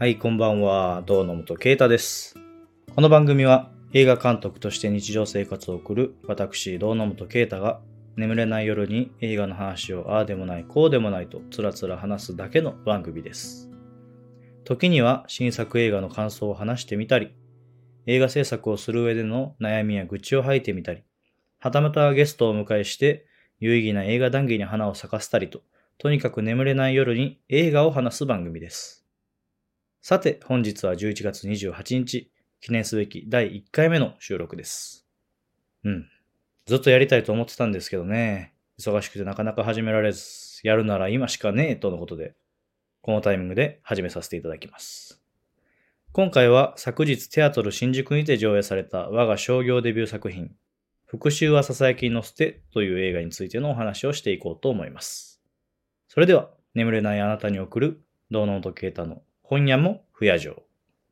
はい、こんばんは。堂野本啓太です。この番組は映画監督として日常生活を送る私、堂野本啓太が眠れない夜に映画の話をああでもないこうでもないとつらつら話すだけの番組です。時には新作映画の感想を話してみたり、映画制作をする上での悩みや愚痴を吐いてみたり、はたまたゲストをお迎えして有意義な映画談義に花を咲かせたりと、とにかく眠れない夜に映画を話す番組です。さて、本日は11月28日、記念すべき第1回目の収録です。ずっとやりたいと思ってたんですけどね、忙しくてなかなか始められず、やるなら今しかねえとのことで、このタイミングで始めさせていただきます。今回は昨日テアトル新宿にて上映された我が商業デビュー作品、復讐はささやきに乗せてという映画についてのお話をしていこうと思います。それでは、眠れないあなたに送る堂野本啓太の今夜も不夜城。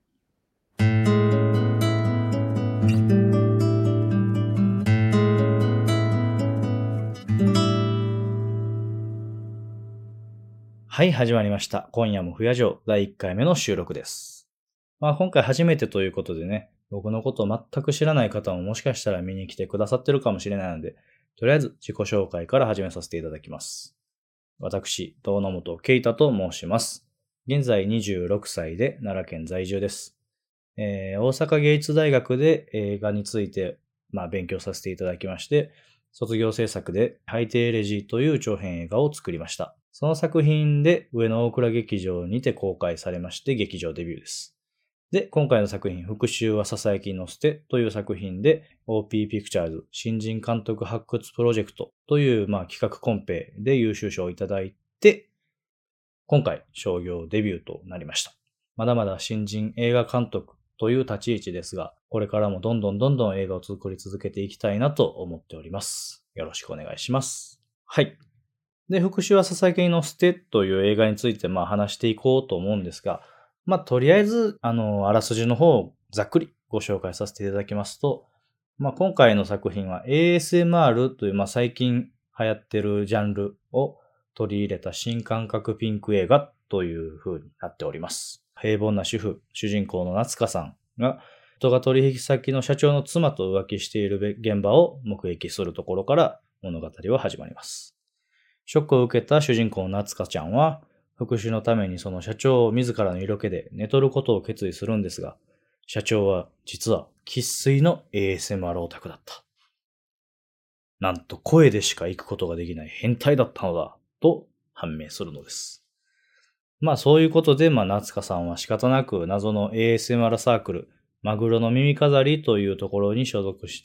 はい、始まりました。今夜も不夜城第1回目の収録です。今回初めてということでね、僕のことを全く知らない方ももしかしたら見に来てくださってるかもしれないので、とりあえず自己紹介から始めさせていただきます。私、堂野本啓太と申します。現在26歳で奈良県在住です。大阪芸術大学で映画について、勉強させていただきまして、卒業制作でハイテーレジーという長編映画を作りました。その作品で上野大倉劇場にて公開されまして劇場デビューです。で、今回の作品、復讐はささやきに乗せてという作品で OP ピクチャーズ新人監督発掘プロジェクトという企画コンペで優秀賞をいただいて、今回商業デビューとなりました。まだまだ新人映画監督という立ち位置ですが、これからもどんどん映画を作り続けていきたいなと思っております。よろしくお願いします。はい。で、復讐はささやきに乗せてという映画について話していこうと思うんですが、とりあえず、あらすじの方をざっくりご紹介させていただきますと、今回の作品は ASMR という最近流行ってるジャンルを取り入れた新感覚ピンク映画という風になっております。平凡な主婦、主人公の夏香さんが、人が取引先の社長の妻と浮気している現場を目撃するところから物語は始まります。ショックを受けた主人公の夏香ちゃんは、復讐のためにその社長を自らの色気で寝取ることを決意するんですが、社長は実は生粋の ASMR オタクだった。なんと声でしか行くことができない変態だったのだ、と判明するのです。そういうことで、夏香さんは仕方なく謎の ASMR サークル、マグロの耳飾りというところに所属して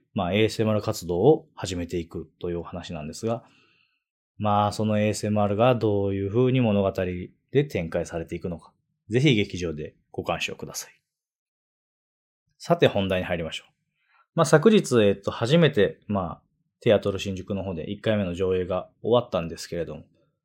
、ASMR 活動を始めていくというお話なんですが、その ASMR がどういう風に物語で展開されていくのか、ぜひ劇場でご鑑賞ください。さて本題に入りましょう。昨日、初めて、テアトル新宿の方で1回目の上映が終わったんですけれども、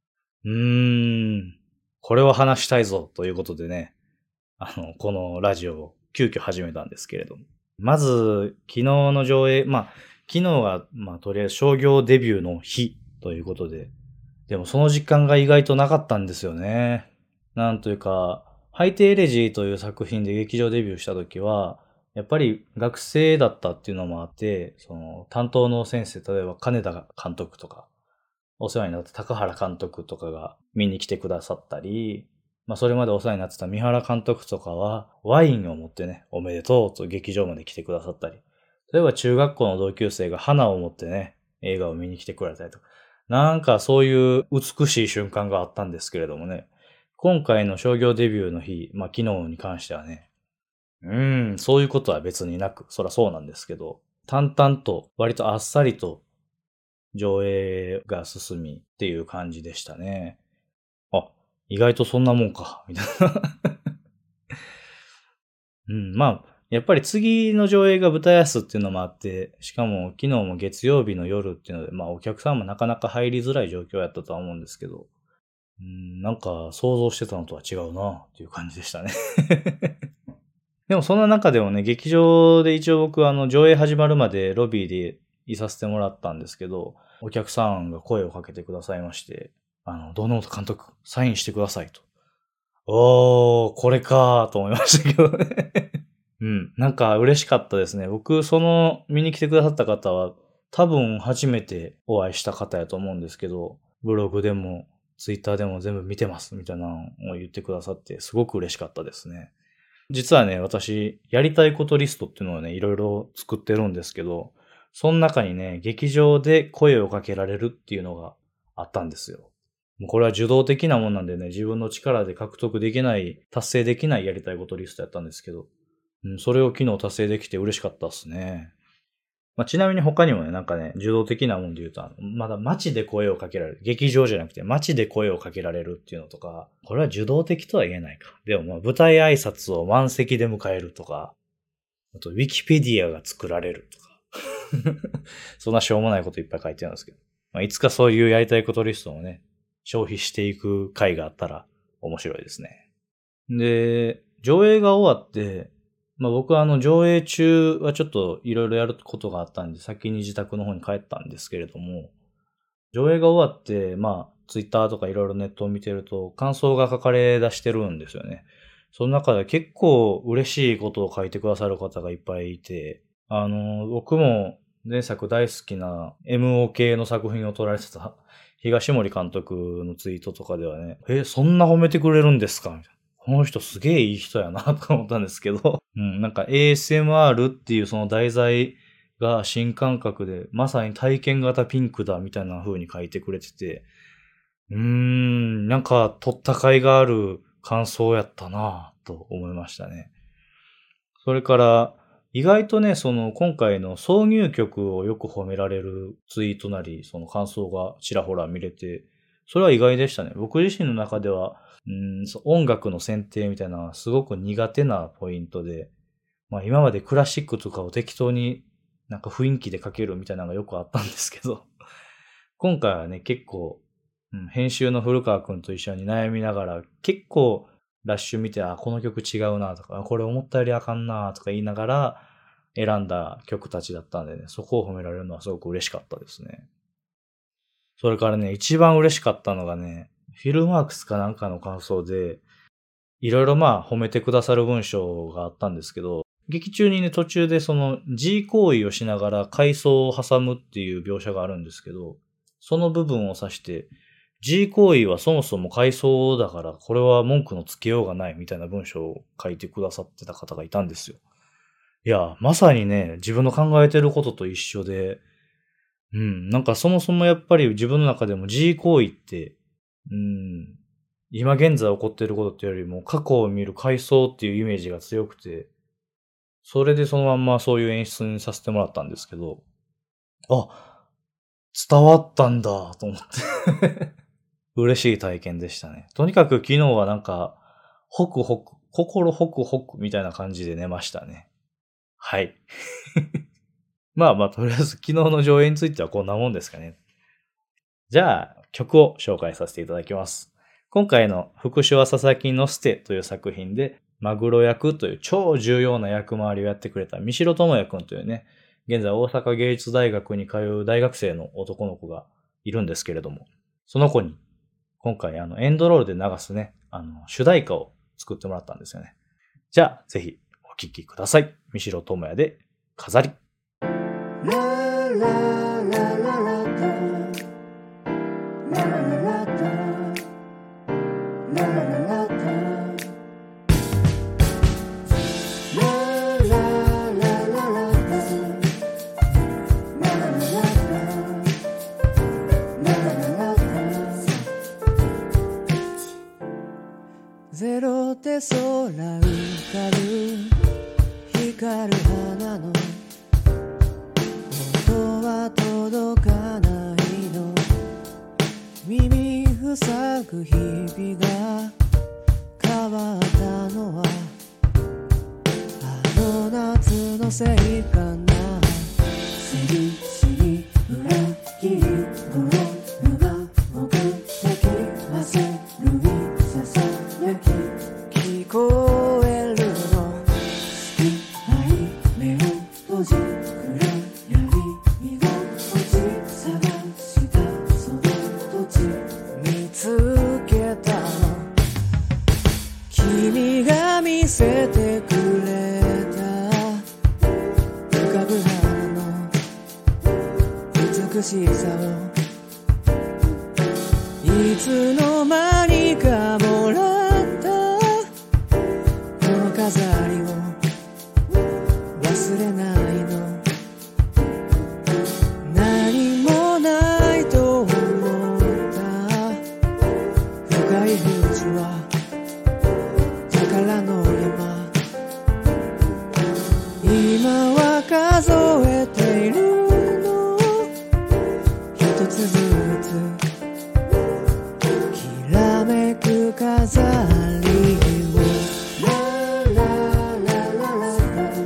これは話したいぞということでね、このラジオを急遽始めたんですけれども。まず、昨日の上映、昨日が、とりあえず商業デビューの日ということで、でもその時間が意外となかったんですよね。なんというか、ハイテーレジーという作品で劇場デビューした時は、やっぱり学生だったっていうのもあって、その担当の先生、例えば金田監督とか、お世話になった高原監督とかが見に来てくださったり、それまでお世話になってた三原監督とかは、ワインを持ってね、おめでとうと劇場まで来てくださったり、例えば中学校の同級生が花を持ってね、映画を見に来てくれたりとか、なんかそういう美しい瞬間があったんですけれどもね、今回の商業デビューの日、昨日に関してはね、そういうことは別になく、そらそうなんですけど、淡々と割とあっさりと上映が進みっていう感じでしたね。あ、意外とそんなもんか、みたいな。やっぱり次の上映が舞台挨拶っていうのもあって、しかも昨日も月曜日の夜っていうので、お客さんもなかなか入りづらい状況やったとは思うんですけど、なんか想像してたのとは違うなっていう感じでしたね。でもそんな中でもね、劇場で一応僕上映始まるまでロビーでいさせてもらったんですけど、お客さんが声をかけてくださいまして、堂本監督、サインしてくださいと。 これかーと思いましたけどね。うん。なんか嬉しかったですね。僕、見に来てくださった方は、多分初めてお会いした方やと思うんですけど、ブログでも、ツイッターでも全部見てますみたいなのを言ってくださって、すごく嬉しかったですね。実はね、私、やりたいことリストっていうのをね、いろいろ作ってるんですけど、その中にね、劇場で声をかけられるっていうのがあったんですよ。もうこれは受動的なもんなんでね、自分の力で獲得できない、達成できないやりたいことリストやったんですけど、それを昨日達成できて嬉しかったですね。ちなみに他にもね、なんかね、受動的なもんで言うと、まだ街で声をかけられる。劇場じゃなくて街で声をかけられるっていうのとか、これは受動的とは言えないか。でも舞台挨拶を満席で迎えるとか、あとウィキペディアが作られるとか。そんなしょうもないこといっぱい書いてあるんですけど。いつかそういうやりたいことリストをね、消費していく回があったら面白いですね。で、上映が終わって、僕は上映中はちょっといろいろやることがあったんで、先に自宅の方に帰ったんですけれども、上映が終わって、ツイッターとかいろいろネットを見てると、感想が書かれ出してるんですよね。その中で結構嬉しいことを書いてくださる方がいっぱいいて、僕も前作大好きな MO 系の作品を撮られてた東森監督のツイートとかではね、そんな褒めてくれるんですかみたいな。この人すげえいい人やなと思ったんですけど、なんか ASMR っていうその題材が新感覚で、まさに体験型ピンクだみたいな風に書いてくれてて、なんか取った甲斐がある感想やったなと思いましたね。それから、意外とね、今回の挿入曲をよく褒められるツイートなり、その感想がちらほら見れて、それは意外でしたね。僕自身の中では、音楽の選定みたいなのはすごく苦手なポイントで、今までクラシックとかを適当になんか雰囲気で書けるみたいなのがよくあったんですけど、今回はね、結構、編集の古川くんと一緒に悩みながら、結構ラッシュ見て、この曲違うなとか、これ思ったよりあかんなとか言いながら選んだ曲たちだったんでね、そこを褒められるのはすごく嬉しかったですね。それからね、一番嬉しかったのがね、フィルマークスかなんかの感想で、いろいろ褒めてくださる文章があったんですけど、劇中にね、途中でG 行為をしながら階層を挟むっていう描写があるんですけど、その部分を指して、G 行為はそもそも階層だから、これは文句のつけようがないみたいな文章を書いてくださってた方がいたんですよ。いや、まさにね、自分の考えてることと一緒で、なんかそもそもやっぱり自分の中でも G 行為って、今現在起こっていることっていうよりも過去を見る回想っていうイメージが強くて、それでそのまんまそういう演出にさせてもらったんですけど、伝わったんだと思って嬉しい体験でしたね。とにかく昨日はなんか、ホクホク、心ホクホクみたいな感じで寝ましたね。はい。とりあえず昨日の上映についてはこんなもんですかね。じゃあ、曲を紹介させていただきます。今回の復讐は佐々木の捨てという作品で、マグロ役という超重要な役回りをやってくれた三城智也くんというね、現在大阪芸術大学に通う大学生の男の子がいるんですけれども、その子に今回エンドロールで流すね、主題歌を作ってもらったんですよね。じゃあ、ぜひお聴きください。三城智也で飾り。 ゼロで空浮かる光る花の音は届かないの、耳塞ぐ日々が変わったのはあの夏のせいかな。セリシに裏切り頃沼潜ってきません聞こえるの隙間目を閉じ暗闇が落ち探したその土地見つけたのいつの間にかもらったこの飾りを忘れないの何もないと思った深い富士は宝の山今は数えているの一つずつきらめく飾りをラララララ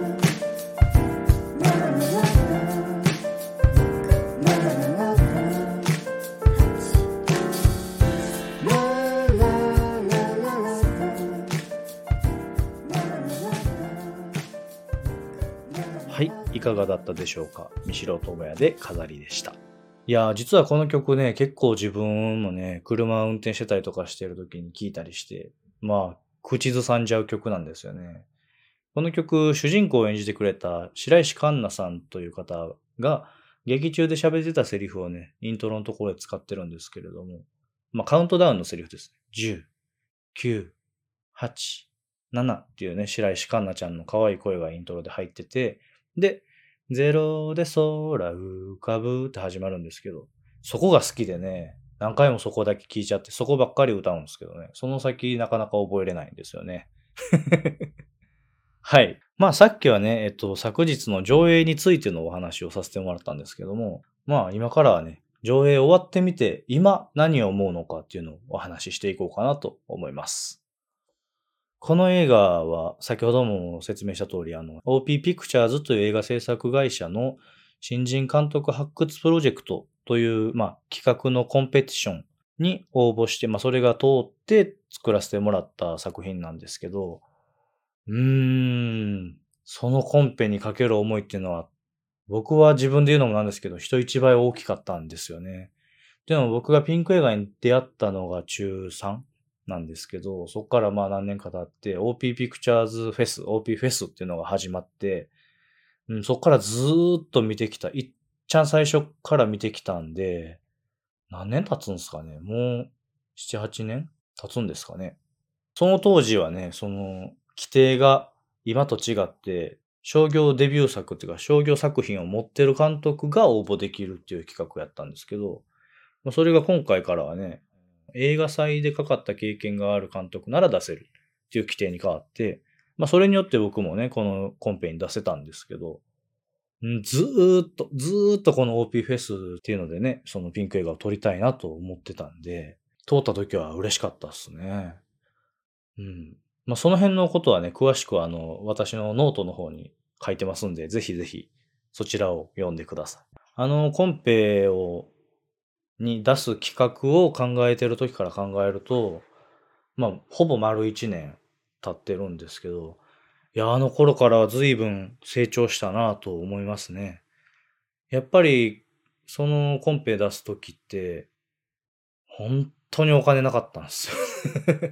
はい、いかがだったでしょうか。三代智也で飾りでした。いやー、実はこの曲ね、結構自分もね、車運転してたりとかしてる時に聴いたりして、まあ、口ずさんじゃう曲なんですよね。この曲、主人公を演じてくれた白石環奈さんという方が、劇中で喋ってたセリフをね、イントロのところで使ってるんですけれども、まあ、カウントダウンのセリフですね。10、9、8、7っていうね、白石環奈ちゃんの可愛い声がイントロで入ってて、で、0で空浮かぶって始まるんですけど、そこが好きでね、何回もそこだけ聞いちゃって、そこばっかり歌うんですけどね、その先なかなか覚えれないんですよね。はい。まあさっきはね、昨日の上映についてのお話をさせてもらったんですけども、まあ今からはね、上映終わってみて、今何を思うのかっていうのをお話ししていこうかなと思います。この映画は、先ほども説明した通り、OP ピクチャーズという映画制作会社の新人監督発掘プロジェクトという、まあ、企画のコンペティションに応募して、まあ、それが通って作らせてもらった作品なんですけど、そのコンペにかける思いっていうのは、僕は自分で言うのもなんですけど、人一倍大きかったんですよね。でも僕がピンク映画に出会ったのが中3なんですけど、そこからまあ何年か経って OP ピクチャーズフェス、OP フェスっていうのが始まって、そこからずーっと見てきた。いっちゃん最初から見てきたんで、何年経つんですかね。もう7、8年経つんですかね。その当時はね、その規定が今と違って、商業デビュー作っていうか商業作品を持ってる監督が応募できるっていう企画やったんですけど、それが今回からはね、映画祭でかかった経験がある監督なら出せるっていう規定に変わって、それによって僕もね、このコンペに出せたんですけど、ずーっとこの OP フェスっていうのでね、そのピンク映画を撮りたいなと思ってたんで、通った時は嬉しかったっすね。うん。その辺のことはね、詳しくは私のノートの方に書いてますんで、ぜひぜひそちらを読んでください。コンペに出す企画を考えてる時から考えると、ほぼ丸1年経ってるんですけど、いや、あの頃からは随分成長したなと思いますね。やっぱり、そのコンペ出す時って、本当にお金なかったんですよ。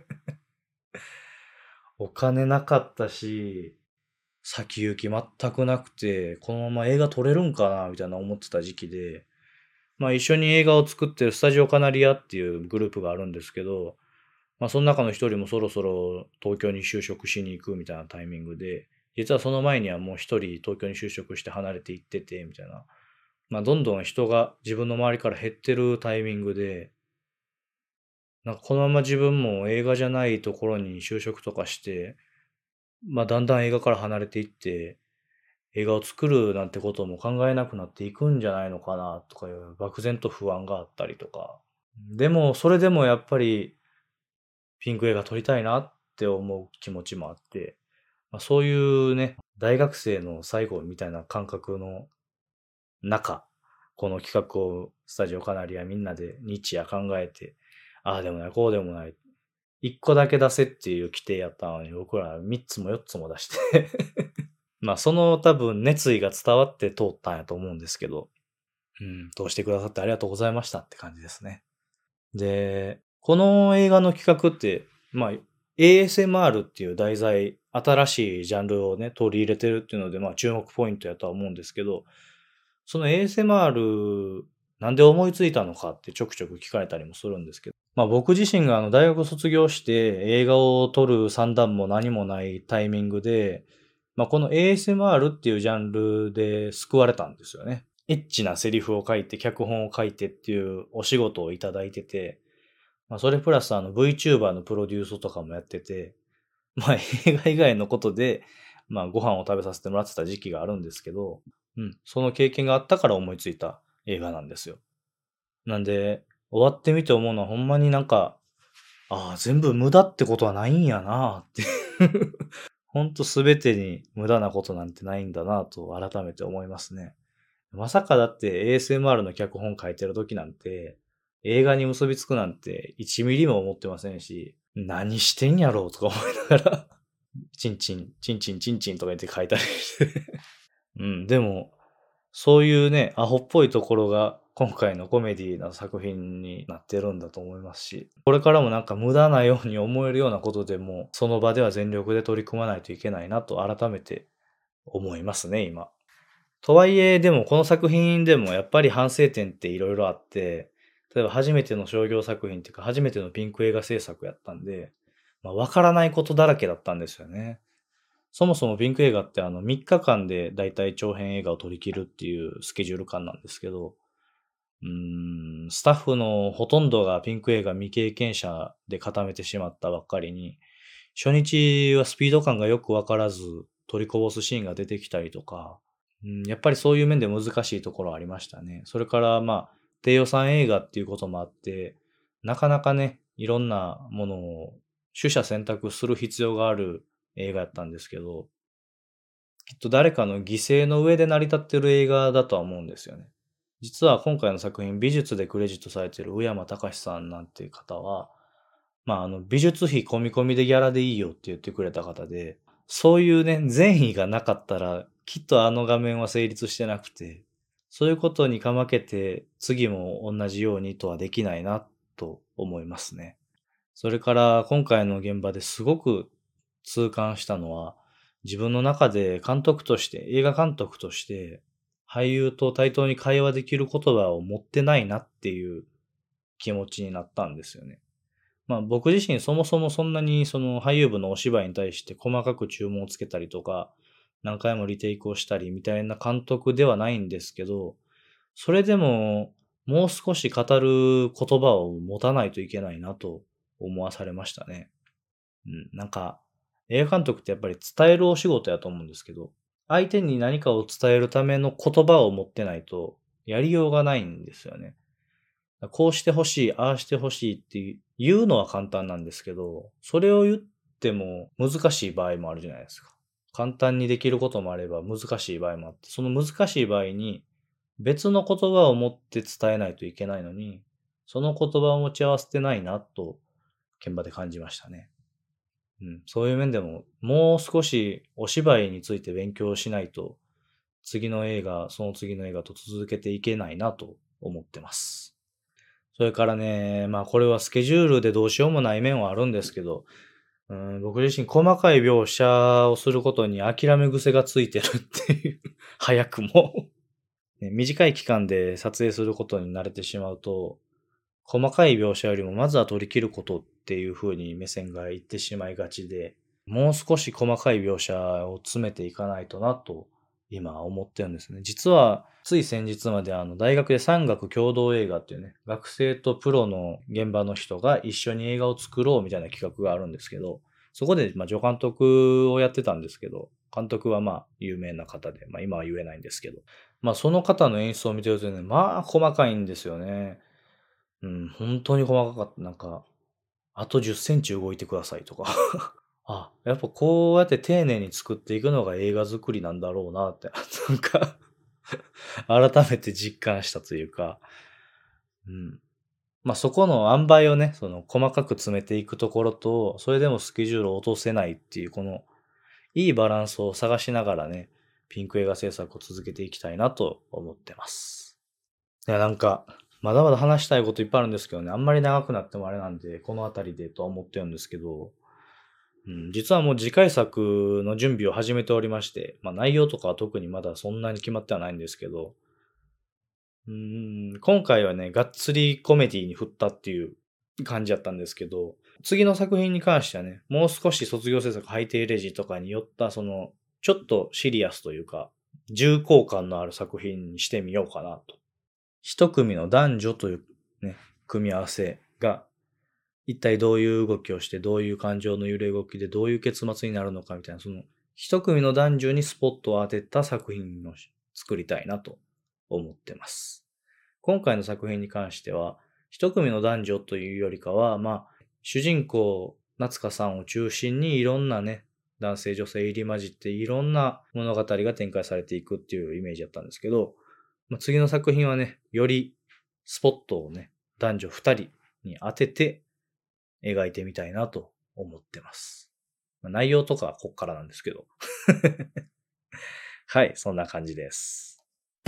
お金なかったし、先行き全くなくて、このまま映画撮れるんかなみたいな思ってた時期で、一緒に映画を作ってるスタジオカナリアっていうグループがあるんですけど、その中の一人もそろそろ東京に就職しに行くみたいなタイミングで、実はその前にはもう一人東京に就職して離れていってて、みたいな。どんどん人が自分の周りから減ってるタイミングで、このまま自分も映画じゃないところに就職とかして、だんだん映画から離れていって、映画を作るなんてことも考えなくなっていくんじゃないのかなとかいう漠然と不安があったりとか。でも、それでもやっぱりピンク映画撮りたいなって思う気持ちもあって、そういうね、大学生の最後みたいな感覚の中、この企画をスタジオカナリアみんなで日夜考えて、ああでもない、こうでもない。一個だけ出せっていう規定やったのに、僕ら三つも四つも出してその多分熱意が伝わって通ったんやと思うんですけど、通してくださってありがとうございましたって感じですね。で、この映画の企画って、ASMR っていう題材、新しいジャンルをね、取り入れてるっていうので、注目ポイントやとは思うんですけど、その ASMR、なんで思いついたのかってちょくちょく聞かれたりもするんですけど、 僕自身が大学卒業して映画を撮る算段も何もないタイミングで、この ASMR っていうジャンルで救われたんですよね。エッチなセリフを書いて、脚本を書いてっていうお仕事をいただいてて、それプラスVTuber のプロデュースとかもやってて、映画以外のことで、ご飯を食べさせてもらってた時期があるんですけど、その経験があったから思いついた映画なんですよ。なんで、終わってみて思うのはほんまになんか、全部無駄ってことはないんやなってほんとすべてに無駄なことなんてないんだなと改めて思いますね。まさかだって ASMR の脚本書いてる時なんて、映画に結びつくなんて1ミリも思ってませんし、何してんやろうとか思いながらチンチン、チンチン、チンチンとか言って書いたりしてでも、そういうね、アホっぽいところが今回のコメディな作品になってるんだと思いますし、これからもなんか無駄なように思えるようなことでも、その場では全力で取り組まないといけないなと改めて思いますね、今。とはいえ、でもこの作品でもやっぱり反省点っていろいろあって、例えば初めての商業作品っていうか初めてのピンク映画制作やったんで、わからないことだらけだったんですよね。そもそもピンク映画って3日間でだいたい長編映画を撮り切るっていうスケジュール感なんですけど、スタッフのほとんどがピンク映画未経験者で固めてしまったばっかりに、初日はスピード感がよくわからず取りこぼすシーンが出てきたりとか、やっぱりそういう面で難しいところありましたね。それから低予算映画っていうこともあって、なかなかね、いろんなものを取捨選択する必要がある映画やったんですけど、きっと誰かの犠牲の上で成り立ってる映画だとは思うんですよね。実は今回の作品、美術でクレジットされている宇山隆さんなんていう方は、美術費込み込みでギャラでいいよって言ってくれた方で、そういうね、善意がなかったら、きっとあの画面は成立してなくて、そういうことにかまけて、次も同じようにとはできないな、と思いますね。それから今回の現場ですごく痛感したのは、自分の中で監督として、映画監督として、俳優と対等に会話できる言葉を持ってないなっていう気持ちになったんですよね。僕自身そもそもそんなにその俳優部のお芝居に対して細かく注文をつけたりとか、何回もリテイクをしたりみたいな監督ではないんですけど、それでももう少し語る言葉を持たないといけないなと思わされましたね。なんか映画監督ってやっぱり伝えるお仕事やと思うんですけど、相手に何かを伝えるための言葉を持ってないとやりようがないんですよね。こうしてほしい、ああしてほしいって言うのは簡単なんですけど、それを言っても難しい場合もあるじゃないですか。簡単にできることもあれば難しい場合もあって、その難しい場合に別の言葉を持って伝えないといけないのに、その言葉を持ち合わせてないなと現場で感じましたね。そういう面でももう少しお芝居について勉強しないと、次の映画、その次の映画と続けていけないなと思ってます。それからね、これはスケジュールでどうしようもない面はあるんですけど、僕自身細かい描写をすることに諦め癖がついてるっていう早くもね短い期間で撮影することに慣れてしまうと、細かい描写よりもまずは取り切ることっていう風に目線がいってしまいがちで、もう少し細かい描写を詰めていかないとなと今思ってるんですね。実はつい先日まで大学で産学共同映画っていうね、学生とプロの現場の人が一緒に映画を作ろうみたいな企画があるんですけど、そこで助監督をやってたんですけど、監督は有名な方で、今は言えないんですけど、その方の演出を見てるとね、細かいんですよね。本当に細かかった。なんか、あと10センチ動いてくださいとか。やっぱこうやって丁寧に作っていくのが映画作りなんだろうなって、なんか改めて実感したというか、うん。そこの塩梅をね、その細かく詰めていくところと、それでもスケジュールを落とせないっていう、このいいバランスを探しながらね、ピンク映画制作を続けていきたいなと思ってます。いや、なんか、まだまだ話したいこといっぱいあるんですけどね、あんまり長くなってもあれなんで、このあたりでとは思ってるんですけど、実はもう次回作の準備を始めておりまして、内容とかは特にまだそんなに決まってはないんですけど、今回はね、がっつりコメディに振ったっていう感じだったんですけど、次の作品に関してはね、もう少し卒業制作ハイテイレジとかによったちょっとシリアスというか、重厚感のある作品にしてみようかなと。一組の男女というね、組み合わせが、一体どういう動きをして、どういう感情の揺れ動きで、どういう結末になるのかみたいな、一組の男女にスポットを当てた作品を作りたいなと思ってます。今回の作品に関しては、一組の男女というよりかは、主人公、夏香さんを中心にいろんなね、男性女性入り混じっていろんな物語が展開されていくっていうイメージだったんですけど、次の作品はね、よりスポットをね、男女二人に当てて描いてみたいなと思ってます。内容とかはこっからなんですけど。はい、そんな感じです。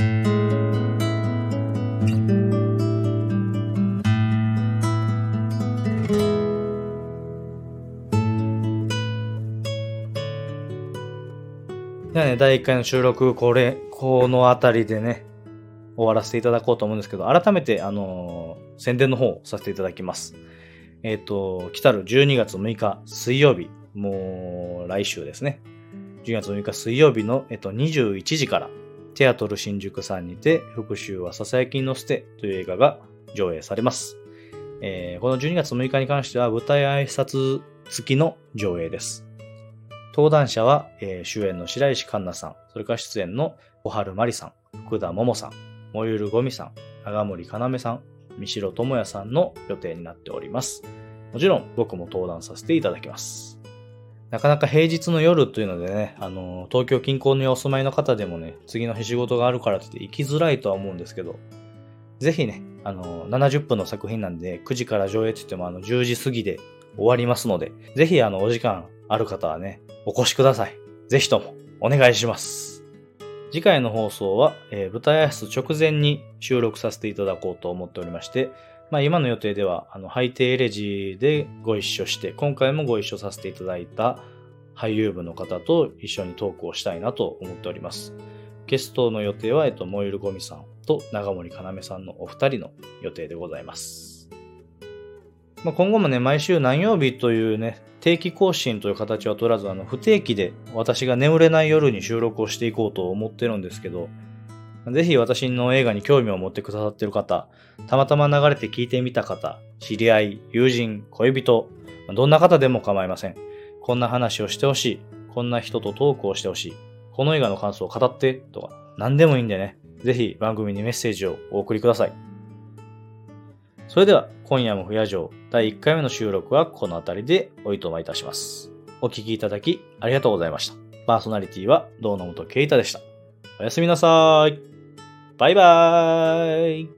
ではね、第1回の収録、このあたりでね、終わらせていただこうと思うんですけど、改めて、宣伝の方をさせていただきます。来たる12月6日水曜日、もう来週ですね。12月6日水曜日の、21時から、テアトル新宿さんにて、復讐はささやきに乗せてという映画が上映されます。この12月6日に関しては舞台挨拶付きの上映です。登壇者は、主演の白石環奈さん、それから出演の小春まりさん、福田桃さん、もゆるごみさん、長森かなめさん、三代智也さんの予定になっております。もちろん僕も登壇させていただきます。なかなか平日の夜というのでね、東京近郊にお住まいの方でもね、次の日仕事があるからといって行きづらいとは思うんですけど、ぜひね、70分の作品なんで9時から上映って言っても10時過ぎで終わりますので、ぜひお時間ある方はね、お越しください。ぜひともお願いします。次回の放送は、舞台挨拶直前に収録させていただこうと思っておりまして、今の予定ではハイテイレジでご一緒して、今回もご一緒させていただいた俳優部の方と一緒にトークをしたいなと思っております。ゲストの予定は、もゆるごみさんと長森かなめさんのお二人の予定でございます。今後もね、毎週何曜日というね、定期更新という形は取らず、不定期で私が眠れない夜に収録をしていこうと思ってるんですけど、ぜひ私の映画に興味を持ってくださっている方、たまたま流れて聞いてみた方、知り合い、友人、恋人、どんな方でも構いません。こんな話をしてほしい。こんな人とトークをしてほしい。この映画の感想を語ってとか、何でもいいんでね、ぜひ番組にメッセージをお送りください。それでは今夜も不夜城第1回目の収録はこの辺りでおいとまいたします。お聞きいただきありがとうございました。パーソナリティは堂本圭太でした。おやすみなさーい。バイバーイ。